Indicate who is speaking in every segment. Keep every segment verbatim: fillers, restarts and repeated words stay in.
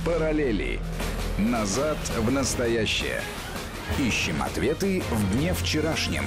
Speaker 1: Параллели. Назад в настоящее. Ищем ответы в дне вчерашнем.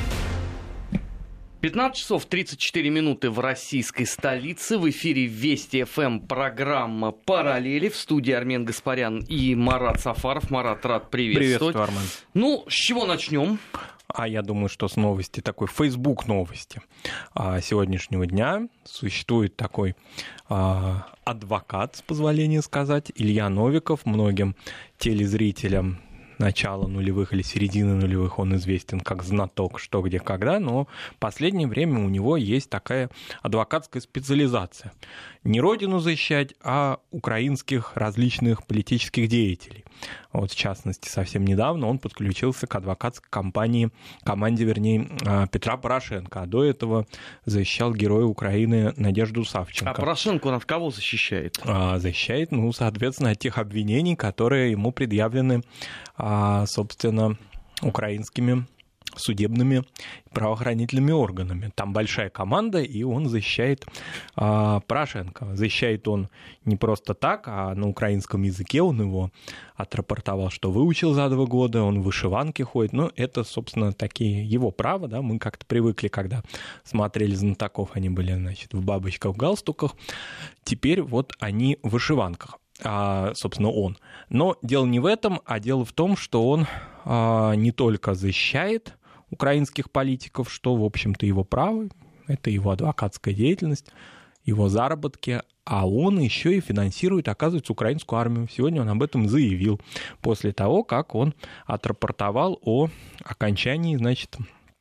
Speaker 2: пятнадцать часов тридцать четыре минуты в российской столице. В эфире Вести ФМ программа «Параллели». В студии Армен Гаспарян и Марат Сафаров. Марат, рад приветствовать.
Speaker 3: Приветствую, Армен.
Speaker 2: Ну, с чего начнем?
Speaker 3: А я думаю, что с новости, такой Facebook новости а, сегодняшнего дня. Существует такой а, адвокат, с позволения сказать, Илья Новиков. Многим телезрителям начала нулевых или середины нулевых он известен как знаток «Что, где, когда», но в последнее время у него есть такая адвокатская специализация. Не родину защищать, а украинских различных политических деятелей. Вот, в частности, совсем недавно он подключился к адвокатской компании, команде, вернее, Петра Порошенко, а до этого защищал героя Украины Надежду Савченко.
Speaker 2: А Порошенко он от кого защищает?
Speaker 3: А, защищает, ну, соответственно, от тех обвинений, которые ему предъявлены, а, собственно, украинскими судебными правоохранительными органами. Там большая команда, и он защищает а, Порошенко. Защищает он не просто так, а на украинском языке. Он его отрапортовал, что выучил за два года, он в вышиванке ходит. Ну, это, собственно, такие его права, да, мы как-то привыкли, когда смотрели знатоков, они были, значит, в бабочках, в галстуках. Теперь вот они в вышиванках. А, собственно, он. Но дело не в этом, а дело в том, что он а, не только защищает украинских политиков, что, в общем-то, его право, это его адвокатская деятельность, его заработки, а он еще и финансирует, оказывается, украинскую армию. Сегодня он об этом заявил после того, как он отрапортовал о окончании, значит,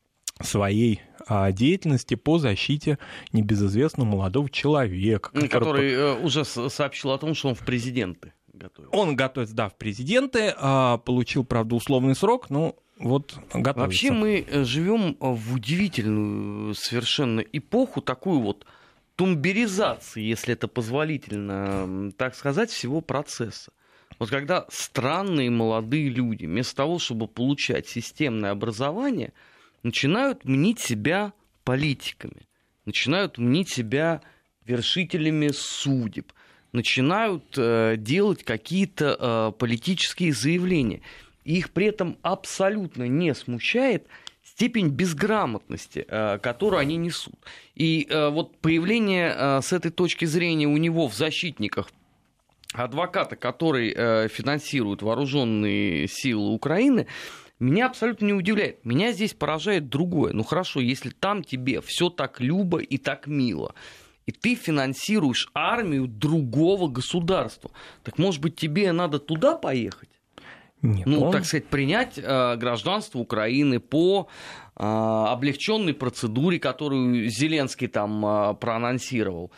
Speaker 3: своей деятельности по защите небезызвестного молодого человека.
Speaker 2: Который, который уже сообщил о том, что он в президенты готовится.
Speaker 3: Он готовится, да, в президенты, получил, правда, условный срок, но вот готовится.
Speaker 2: Вообще мы живем в удивительную совершенно эпоху, такую вот тумберизации, если это позволительно так сказать, всего процесса. Вот когда странные молодые люди, вместо того, чтобы получать системное образование, начинают мнить себя политиками, начинают мнить себя вершителями судеб, начинают э, делать какие-то э, политические заявления. И их при этом абсолютно не смущает степень безграмотности, э, которую они несут. И э, вот появление э, с этой точки зрения у него в защитниках адвоката, который э, финансирует вооруженные силы Украины, меня абсолютно не удивляет. Меня здесь поражает другое. Ну хорошо, если там тебе все так любо и так мило, и ты финансируешь армию другого государства, так может быть тебе надо туда поехать?
Speaker 3: Нет,
Speaker 2: ну,
Speaker 3: он...
Speaker 2: так сказать, принять э, гражданство Украины по э, облегченной процедуре, которую Зеленский там э, проанонсировал.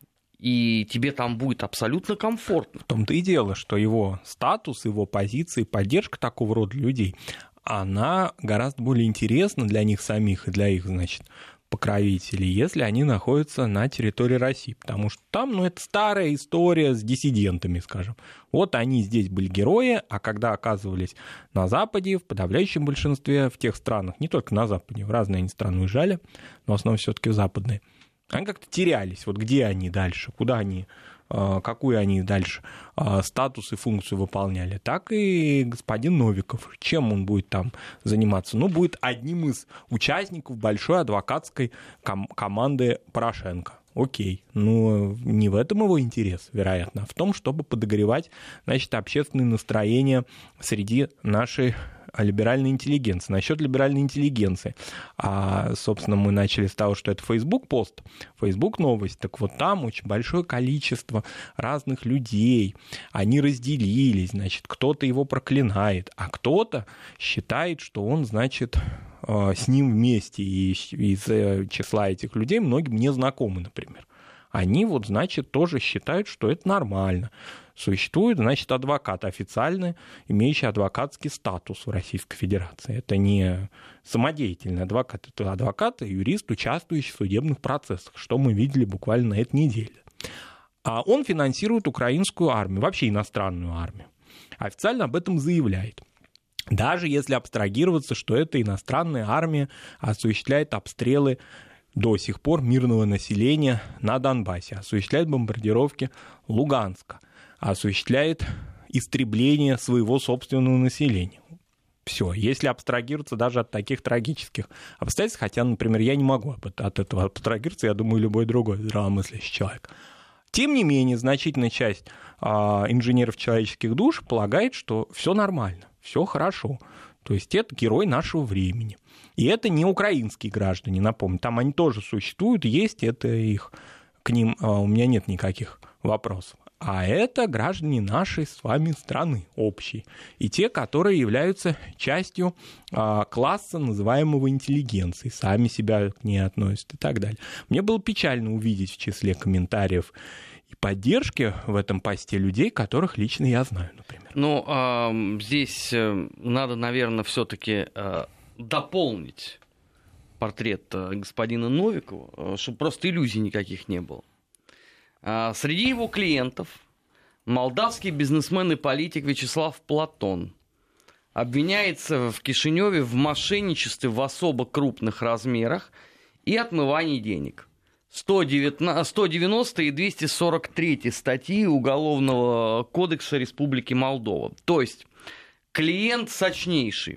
Speaker 2: И тебе там будет абсолютно комфортно.
Speaker 3: В том-то и дело, что его статус, его позиции, поддержка такого рода людей, она гораздо более интересна для них самих и для их, значит, покровителей, если они находятся на территории России. Потому что там, ну, это старая история с диссидентами, скажем. Вот они здесь были герои, а когда оказывались на Западе, в подавляющем большинстве, в тех странах, не только на Западе, в разные они страны уезжали, но в основном все-таки в западные, они как-то терялись. Вот где они дальше, куда они, какую они дальше статус и функцию выполняли. Так и господин Новиков. Чем он будет там заниматься? Ну, будет одним из участников большой адвокатской ком- команды Порошенко. Окей, но не в этом его интерес, вероятно, а в том, чтобы подогревать, значит, общественные настроения среди нашей либеральной интеллигенции. Насчет либеральной интеллигенции. А, собственно, мы начали с того, что это Facebook-пост, Facebook-новость. Так вот, там очень большое количество разных людей. Они разделились, значит, кто-то его проклинает, а кто-то считает, что он, значит, с ним вместе. И из числа этих людей многим не знакомы, например. Они вот, значит, тоже считают, что это нормально. Существует, значит, адвокат официально, имеющий адвокатский статус в Российской Федерации. Это не самодеятельный адвокат, это адвокат и юрист, участвующий в судебных процессах, что мы видели буквально на этой неделе. А он финансирует украинскую армию, вообще иностранную армию. Официально об этом заявляет. Даже если абстрагироваться, что эта иностранная армия осуществляет обстрелы до сих пор мирного населения на Донбассе, осуществляет бомбардировки Луганска, осуществляет истребление своего собственного населения. Все, если абстрагироваться даже от таких трагических обстоятельств, хотя, например, я не могу от этого абстрагироваться, я думаю, любой другой здравомыслящий человек. Тем не менее, значительная часть а, инженеров человеческих душ полагает, что все нормально, все хорошо. То есть это герой нашего времени. И это не украинские граждане, напомню. Там они тоже существуют, есть, это их, к ним а, у меня нет никаких вопросов. А это граждане нашей с вами страны общей. И те, которые являются частью а, класса, называемого интеллигенцией, сами себя к ней относят и так далее. Мне было печально увидеть в числе комментариев и поддержки в этом посте людей, которых лично я знаю, например.
Speaker 2: Ну, э, здесь надо, наверное, все-таки э, дополнить портрет э, господина Новикова, э, чтобы просто иллюзий никаких не было. Э, среди его клиентов молдавский бизнесмен и политик Вячеслав Платон обвиняется в Кишиневе в мошенничестве в особо крупных размерах и отмывании денег. сто девяностая и двести сорок третья статьи Уголовного кодекса Республики Молдова. То есть клиент сочнейший.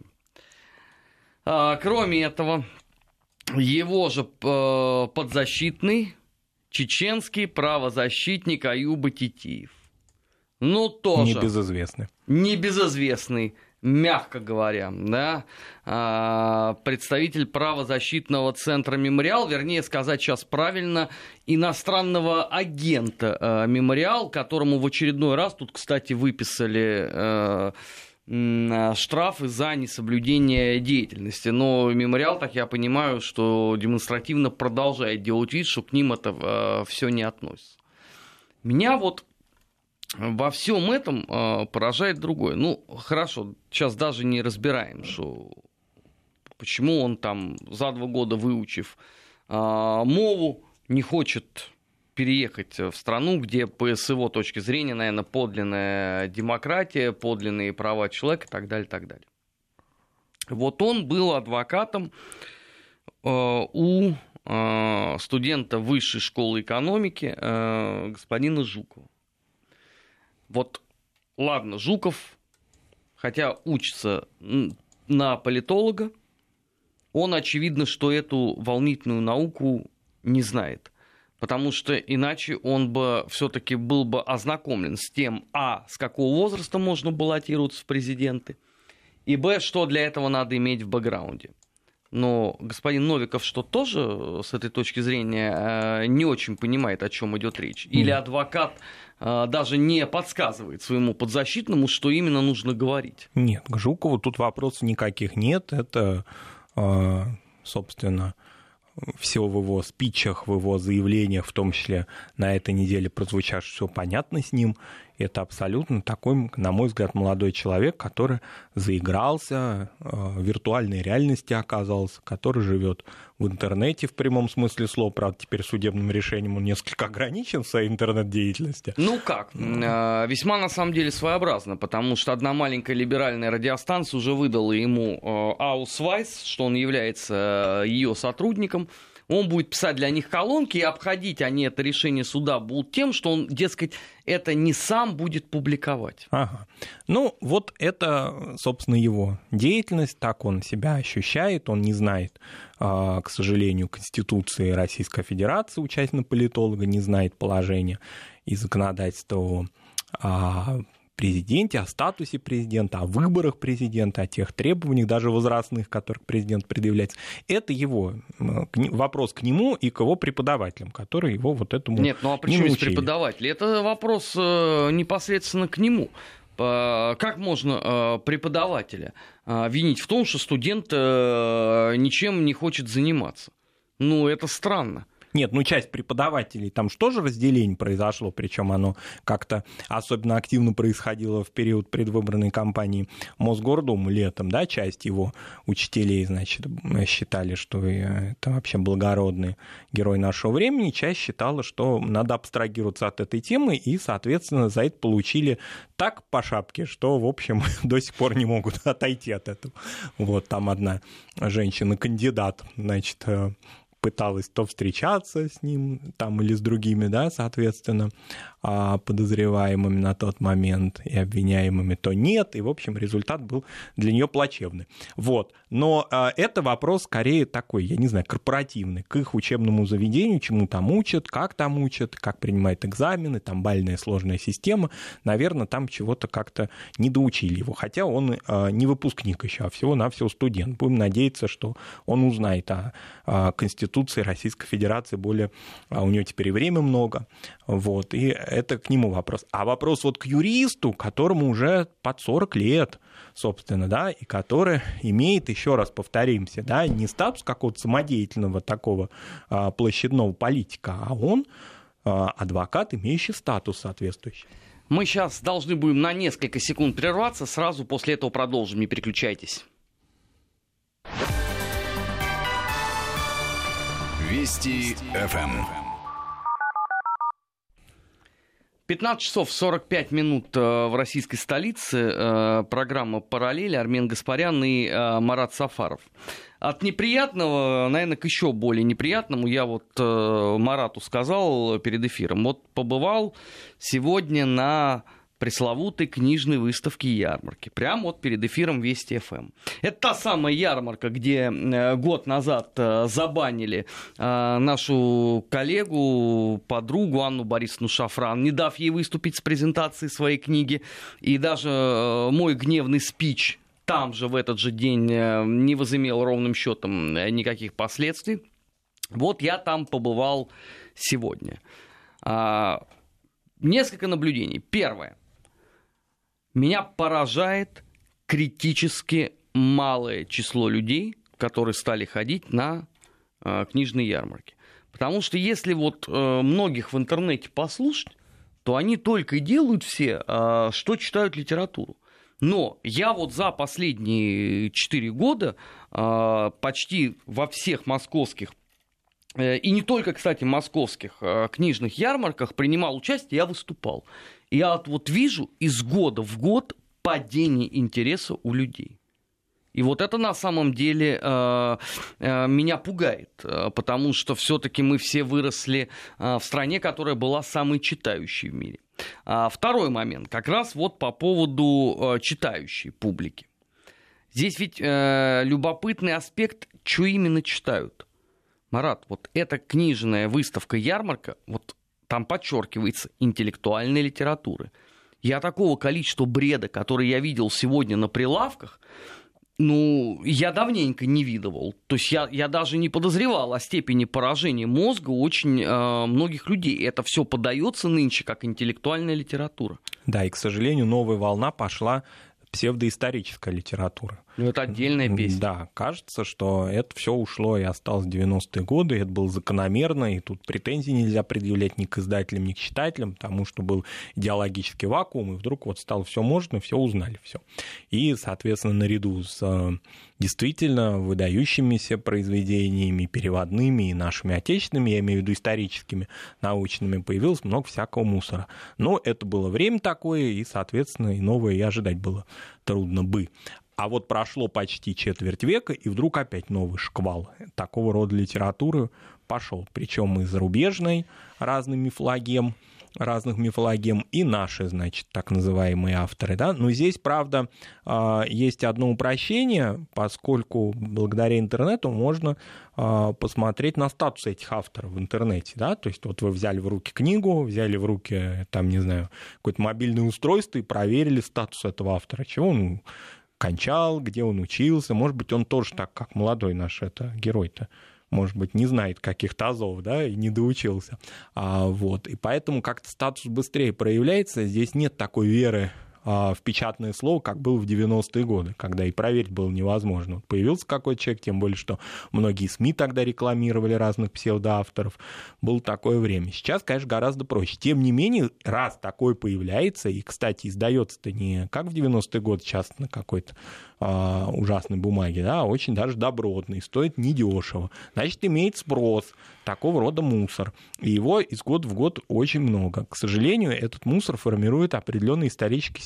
Speaker 2: А, кроме этого, его же э, подзащитный чеченский правозащитник Аюба Титиев. Ну, тоже.
Speaker 3: Небезызвестный.
Speaker 2: Небезызвестный. Мягко говоря, да, представитель правозащитного центра «Мемориал», вернее сказать сейчас правильно, иностранного агента «Мемориал», которому в очередной раз тут, кстати, выписали штрафы за несоблюдение деятельности. Но «Мемориал», так я понимаю, что демонстративно продолжает делать вид, что к ним это все не относится. Меня вот во всем этом э, поражает другое. Ну, хорошо, сейчас даже не разбираем, что, почему он там, за два года выучив э, мову, не хочет переехать в страну, где, по с его точки зрения, наверное, подлинная демократия, подлинные права человека и так далее, так далее. Вот он был адвокатом э, у э, студента Высшей школы экономики э, господина Жукова. Вот, ладно, Жуков, хотя учится на политолога, он, очевидно, что эту волнительную науку не знает. Потому что иначе он бы все-таки был бы ознакомлен с тем, а, с какого возраста можно баллотироваться в президенты, и, б, что для этого надо иметь в бэкграунде. Но господин Новиков что, тоже с этой точки зрения не очень понимает, о чем идет речь? Или адвокат даже не подсказывает своему подзащитному, что именно нужно говорить?
Speaker 3: Нет, к Жукову тут вопросов никаких нет. Это, собственно, все в его спичах, в его заявлениях, в том числе на этой неделе прозвучавшее, все понятно с ним. Это абсолютно такой, на мой взгляд, молодой человек, который заигрался, в виртуальной реальности оказался, который живет в интернете в прямом смысле слова. Правда, теперь судебным решением он несколько ограничен в своей интернет-деятельности.
Speaker 2: Ну как, mm. весьма на самом деле своеобразно, потому что одна маленькая либеральная радиостанция уже выдала ему аусвайс, что он является ее сотрудником. Он будет писать для них колонки, и обходить они это решение суда будут тем, что он, дескать, это не сам будет публиковать.
Speaker 3: Ага. Ну, вот это, собственно, его деятельность, так он себя ощущает, он не знает, к сожалению, Конституции Российской Федерации, участия политолога, не знает положения и законодательства о президенте, о статусе президента, о выборах президента, о тех требованиях, даже возрастных, которых президент предъявляется. Это его вопрос к нему и к его преподавателям, которые его вот этому
Speaker 2: Нет, ну а при чем здесь преподаватели? Это вопрос непосредственно к нему. Как можно преподавателя винить в том, что студент ничем не хочет заниматься? Ну, это странно.
Speaker 3: Нет, ну часть преподавателей, там же тоже разделение произошло, причем оно как-то особенно активно происходило в период предвыборной кампании Мосгордумы летом, да, часть его учителей, значит, считали, что это вообще благородный герой нашего времени, часть считала, что надо абстрагироваться от этой темы, и, соответственно, за это получили так по шапке, что, в общем, до сих пор не могут отойти от этого. Вот там одна женщина-кандидат, значит, пыталась то встречаться с ним, там, или с другими, да, соответственно, подозреваемыми на тот момент и обвиняемыми, то нет, и, в общем, результат был для нее плачевный. Вот. Но это вопрос скорее такой, я не знаю, корпоративный, к их учебному заведению, чему там учат, как там учат, как принимают экзамены, там бальная сложная система, наверное, там чего-то как-то не доучили его, хотя он не выпускник еще, а всего-навсего студент. Будем надеяться, что он узнает о Конституции Российской Федерации более, у него теперь и время много, вот, и это к нему вопрос. А вопрос вот к юристу, которому уже под сорок лет, собственно, да, и который имеет, еще раз повторимся, да, не статус какого-то самодеятельного такого а, площадного политика, а он а, адвокат, имеющий статус соответствующий.
Speaker 2: Мы сейчас должны будем на несколько секунд прерваться, сразу после этого продолжим, не переключайтесь.
Speaker 1: Вести эф эм.
Speaker 2: пятнадцать часов сорок пять минут в российской столице. Программа «Параллель», Армен Гаспарян и Марат Сафаров. От неприятного, наверное, к еще более неприятному я вот Марату сказал перед эфиром. Вот побывал сегодня на пресловутой книжной выставке ярмарки. Прямо вот перед эфиром Вести эф эм. Это та самая ярмарка, где год назад забанили нашу коллегу, подругу Анну Борисовну Шафран, не дав ей выступить с презентацией своей книги. И даже мой гневный спич там же в этот же день не возымел ровным счетом никаких последствий. Вот я там побывал сегодня. Несколько наблюдений. Первое. Меня поражает критически малое число людей, которые стали ходить на э, книжные ярмарки. Потому что если вот э, многих в интернете послушать, то они только и делают все, э, что читают литературу. Но я вот за последние четыре года э, почти во всех московских, э, и не только, кстати, московских э, книжных ярмарках принимал участие, я выступал. Я вот вижу из года в год падение интереса у людей. И вот это на самом деле э, э, меня пугает, э, потому что все-таки мы все выросли э, в стране, которая была самой читающей в мире. А второй момент, как раз вот по поводу э, читающей публики. Здесь ведь э, любопытный аспект, что именно читают. Марат, вот эта книжная выставка-ярмарка, вот там подчеркивается интеллектуальной литературы. Я такого количества бреда, который я видел сегодня на прилавках, ну, я давненько не видывал. То есть я, я даже не подозревал о степени поражения мозга у очень э, многих людей. Это все подается нынче как интеллектуальная литература.
Speaker 3: Да, и, к сожалению, новая волна пошла псевдоисторическая литература.
Speaker 2: Ну, это отдельная песня.
Speaker 3: Да, кажется, что это все ушло и осталось в девяностые годы, это было закономерно, и тут претензий нельзя предъявлять ни к издателям, ни к читателям, потому что был идеологический вакуум, и вдруг вот стало все можно, все узнали, все. И, соответственно, наряду с действительно выдающимися произведениями, переводными и нашими отечественными, я имею в виду историческими, научными, появилось много всякого мусора. Но это было время такое, и, соответственно, и новое и ожидать было трудно бы. А вот прошло почти четверть века, и вдруг опять новый шквал такого рода литературы пошел. Причем и зарубежной, разных мифологем, разных мифологем, и наши, значит, так называемые авторы. Да? Но здесь, правда, есть одно упрощение, поскольку благодаря интернету можно посмотреть на статус этих авторов в интернете. Да? То есть вот вы взяли в руки книгу, взяли в руки, там, не знаю, какое-то мобильное устройство и проверили статус этого автора. Чего он кончал, где он учился. Может быть, он тоже так, как молодой наш это, герой-то, может быть, не знает каких-то азов, да, и не доучился. А, вот. И поэтому как-то статус быстрее проявляется. Здесь нет такой веры в печатное слово, как было в девяностые годы, когда и проверить было невозможно. Вот появился какой-то человек, тем более, что многие СМИ тогда рекламировали разных псевдоавторов. Было такое время. Сейчас, конечно, гораздо проще. Тем не менее, раз такое появляется, и, кстати, издается-то не как в девяностые годы, часто на какой-то а, ужасной бумаге, да, а очень даже добротный, стоит недешево. Значит, имеет спрос. Такого рода мусор. И его из года в год очень много. К сожалению, этот мусор формирует определенные исторические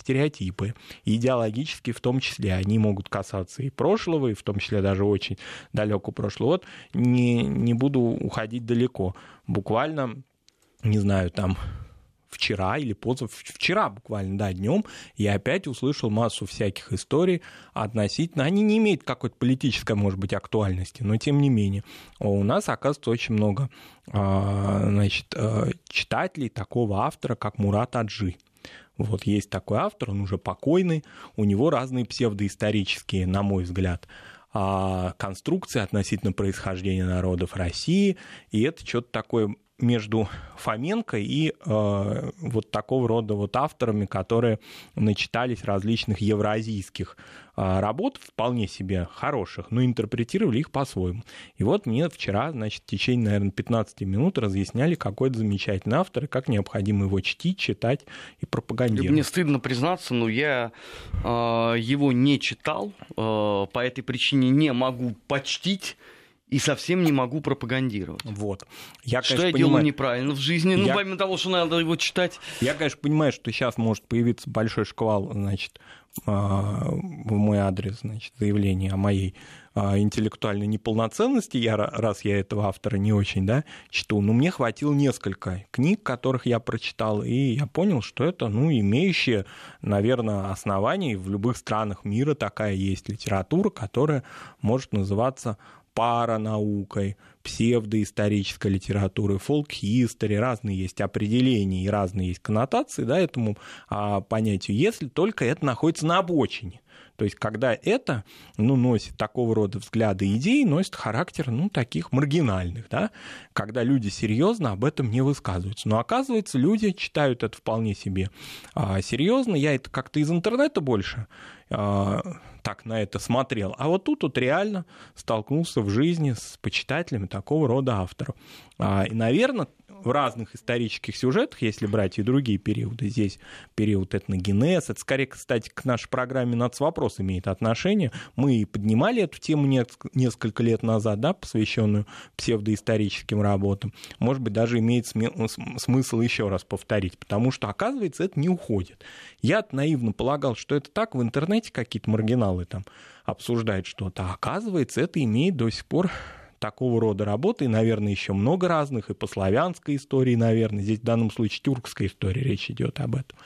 Speaker 3: стереотипы, и идеологические в том числе. Они могут касаться и прошлого, и в том числе даже очень далекого прошлого. Вот не, не буду уходить далеко. Буквально, не знаю, там... Вчера или позавчера буквально, да, днем я опять услышал массу всяких историй относительно... Они не имеют какой-то политической, может быть, актуальности, но тем не менее. У нас, оказывается, очень много, значит, читателей такого автора, как Мурат Аджи. Вот есть такой автор, он уже покойный, у него разные псевдоисторические, на мой взгляд, конструкции относительно происхождения народов России, и это что-то такое... между Фоменко и э, вот такого рода вот авторами, которые начитались различных евразийских э, работ, вполне себе хороших, но интерпретировали их по-своему. И вот мне вчера, значит, в течение, наверное, пятнадцать минут разъясняли, какой это замечательный автор, и как необходимо его чтить, читать и пропагандировать.
Speaker 2: Мне стыдно признаться, но я э, его не читал, э, по этой причине не могу почтить, и совсем не могу пропагандировать.
Speaker 3: Вот. Я,
Speaker 2: что
Speaker 3: конечно,
Speaker 2: я
Speaker 3: понимаю...
Speaker 2: делаю неправильно в жизни, ну,
Speaker 3: я...
Speaker 2: помимо того, что надо его читать.
Speaker 3: Я, конечно, понимаю, что сейчас может появиться большой шквал, значит, в мой адрес, значит, заявление о моей интеллектуальной неполноценности, я, раз я этого автора не очень, да, чту, но мне хватило несколько книг, которых я прочитал, и я понял, что это, ну, имеющие, наверное, основания, в любых странах мира такая есть литература, которая может называться паранаукой, псевдоисторической литературы, фолк-хистори, разные есть определения и разные есть коннотации, да, этому а, понятию, если только это находится на обочине. То есть, когда это, ну, носит такого рода взгляды и идеи, носит характер, ну, таких маргинальных, да, когда люди серьезно об этом не высказываются. Но, оказывается, люди читают это вполне себе а, серьезно. Я это как-то из интернета больше а, так на это смотрел. А вот тут вот реально столкнулся в жизни с почитателями такого рода авторов. А, и, наверное, в разных исторических сюжетах, если брать и другие периоды, здесь период этногенез, это скорее, кстати, к нашей программе «Нацвопрос» имеет отношение. Мы поднимали эту тему несколько лет назад, да, посвященную псевдоисторическим работам. Может быть, даже имеет смысл еще раз повторить, потому что, оказывается, это не уходит. Я наивно полагал, что это так, в интернете какие-то маргиналы там обсуждают что-то, а оказывается, это имеет до сих пор такого рода работы, и, наверное, еще много разных, и по славянской истории, наверное, здесь в данном случае тюркская история, речь идет об этом.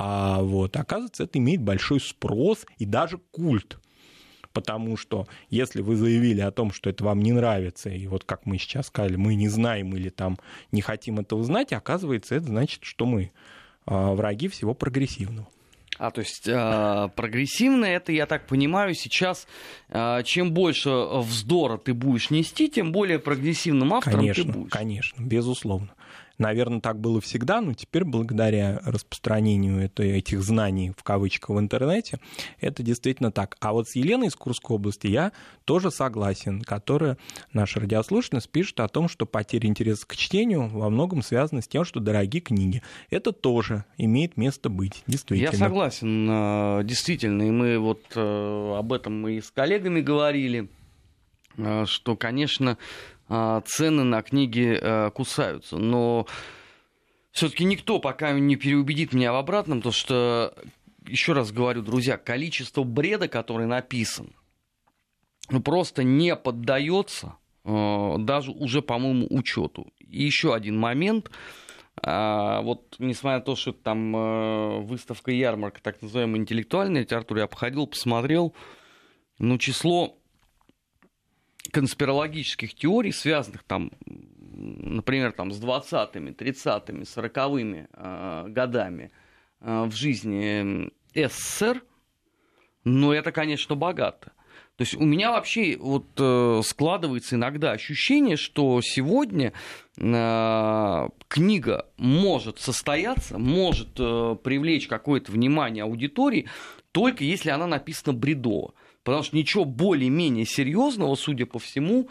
Speaker 3: А вот, оказывается, это имеет большой спрос и даже культ, потому что если вы заявили о том, что это вам не нравится, и вот как мы сейчас сказали, мы не знаем или там не хотим этого знать, оказывается, это значит, что мы враги всего прогрессивного.
Speaker 2: А, то есть э, прогрессивно это, я так понимаю, сейчас э, чем больше вздора ты будешь нести, тем более прогрессивным автором
Speaker 3: конечно,
Speaker 2: ты будешь.
Speaker 3: Конечно, безусловно. Наверное, так было всегда, но теперь, благодаря распространению это, этих знаний, в кавычках, в интернете, это действительно так. А вот с Еленой из Курской области я тоже согласен, которая, наша радиослушательница, пишет о том, что потеря интереса к чтению во многом связана с тем, что дорогие книги. Это тоже имеет место быть, действительно.
Speaker 2: Я согласен, действительно, и мы вот об этом и с коллегами говорили, что, конечно, цены на книги кусаются. Но все-таки никто пока не переубедит меня в обратном, потому что, еще раз говорю, друзья, количество бреда, который написан, ну, просто не поддается даже уже, по-моему, учету. И еще один момент. Вот, несмотря на то, что там выставка ярмарка, так называемой интеллектуальной литературы, я походил, посмотрел, ну, число конспирологических теорий, связанных там, например, там, с двадцатыми, тридцатыми, сороковыми э, годами э, в жизни СССР, но это, конечно, богато. То есть у меня вообще вот э, складывается иногда ощущение, что сегодня э, книга может состояться, может э, привлечь какое-то внимание аудитории, только если она написана бредово. Потому что ничего более-менее серьезного, судя по всему,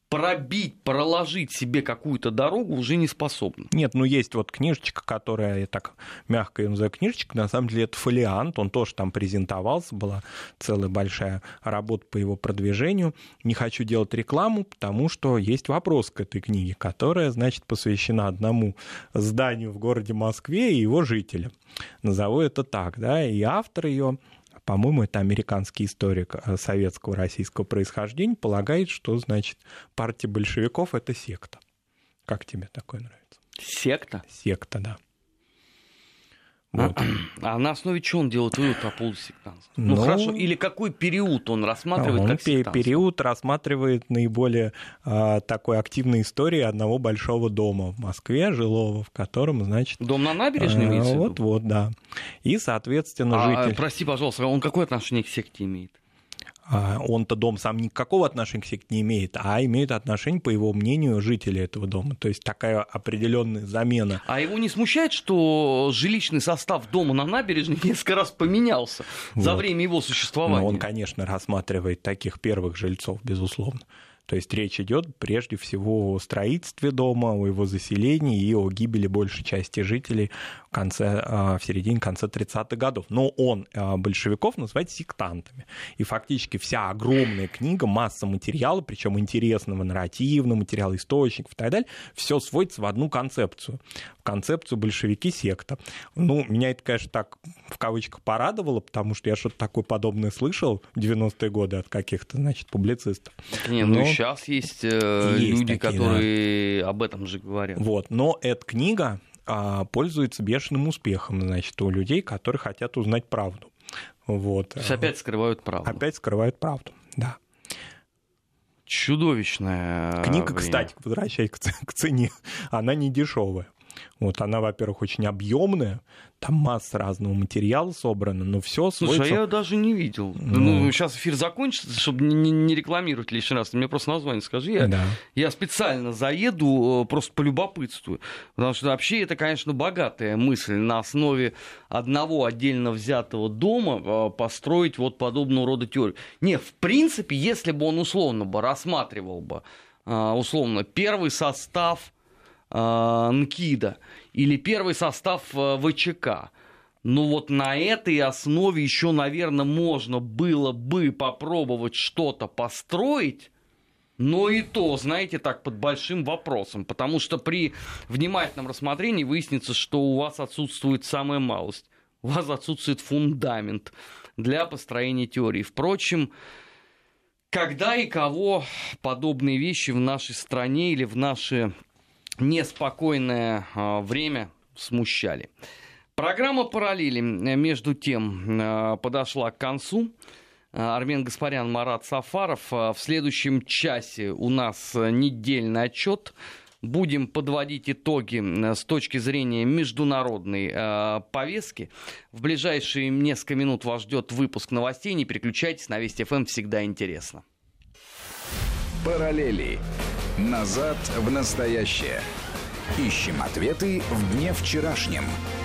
Speaker 2: пробить, проложить себе какую-то дорогу уже не способна.
Speaker 3: Нет, ну есть вот книжечка, которая, я так мягко ее называю книжечка, на самом деле это фолиант, он тоже там презентовался, была целая большая работа по его продвижению. Не хочу делать рекламу, потому что есть вопрос к этой книге, которая, значит, посвящена одному зданию в городе Москве и его жителям. Назову это так, да, и автор ее, по-моему, это американский историк советского российского происхождения, полагает, что, значит, партия большевиков — это секта. Как тебе такое нравится?
Speaker 2: Секта?
Speaker 3: Секта, да.
Speaker 2: Вот. А на основе чего он делает вывод по поводу сектантства? Ну,
Speaker 3: ну
Speaker 2: хорошо, или какой период он рассматривает
Speaker 3: он
Speaker 2: как сектантство?
Speaker 3: Период рассматривает наиболее а, такой активной истории одного большого дома в Москве, жилого, в котором, значит...
Speaker 2: Дом на набережной а, имеется в виду?
Speaker 3: Вот-вот, да. И, соответственно,
Speaker 2: а,
Speaker 3: житель...
Speaker 2: Прости, пожалуйста, он какое отношение к секте имеет?
Speaker 3: Он-то дом сам никакого отношения к секте не имеет, а имеет отношение, по его мнению, жители этого дома. То есть такая определенная замена.
Speaker 2: А его не смущает, что жилищный состав дома на набережной несколько раз поменялся вот. за время его существования?
Speaker 3: Но он, конечно, рассматривает таких первых жильцов, безусловно. То есть речь идет прежде всего о строительстве дома, о его заселении и о гибели большей части жителей в, конце, в середине-конце тридцатых годов. Но он большевиков называет сектантами. И фактически вся огромная книга, масса материала, причем интересного, нарративного материала, источников и так далее, все сводится в одну концепцию. В концепцию большевики-секта. Ну, меня это, конечно, так в кавычках порадовало, потому что я что-то такое подобное слышал в девяностые годы от каких-то, значит, публицистов.
Speaker 2: Не, ну, Но... Сейчас есть, э, есть люди, такие, которые да. об этом же говорят.
Speaker 3: Вот. Но эта книга а, пользуется бешеным успехом, значит, у людей, которые хотят узнать правду. Вот.
Speaker 2: То есть опять скрывают правду.
Speaker 3: Опять скрывают правду, да.
Speaker 2: Чудовищная.
Speaker 3: Книга,
Speaker 2: время.
Speaker 3: Кстати, возвращаясь к цене, она не дешевая. Вот она, во-первых, очень объемная, там масса разного материала собрана, но все сводится...
Speaker 2: Слушай, а я даже не видел. Ну, ну сейчас эфир закончится, чтобы не, не рекламировать лишний раз. Ты мне просто название скажи. Я, да. я специально заеду, просто полюбопытствую. Потому что вообще это, конечно, богатая мысль на основе одного отдельно взятого дома построить вот подобного рода теорию. Не, в принципе, если бы он условно бы рассматривал бы условно первый состав НКИДа или первый состав ВЧК. Ну вот на этой основе еще, наверное, можно было бы попробовать что-то построить, но и то, знаете, так под большим вопросом, потому что при внимательном рассмотрении выяснится, что у вас отсутствует самая малость, у вас отсутствует фундамент для построения теории. Впрочем, когда и кого подобные вещи в нашей стране или в наши неспокойное э, время смущали. Программа «Параллели» между тем э, подошла к концу. Армен Гаспарян, Марат Сафаров. В следующем часе у нас недельный отчет. Будем подводить итоги с точки зрения международной э, повестки. В ближайшие несколько минут вас ждет выпуск новостей. Не переключайтесь, на Вести эф эм всегда интересно.
Speaker 1: Параллели. Назад в настоящее. Ищем ответы в дне вчерашнем.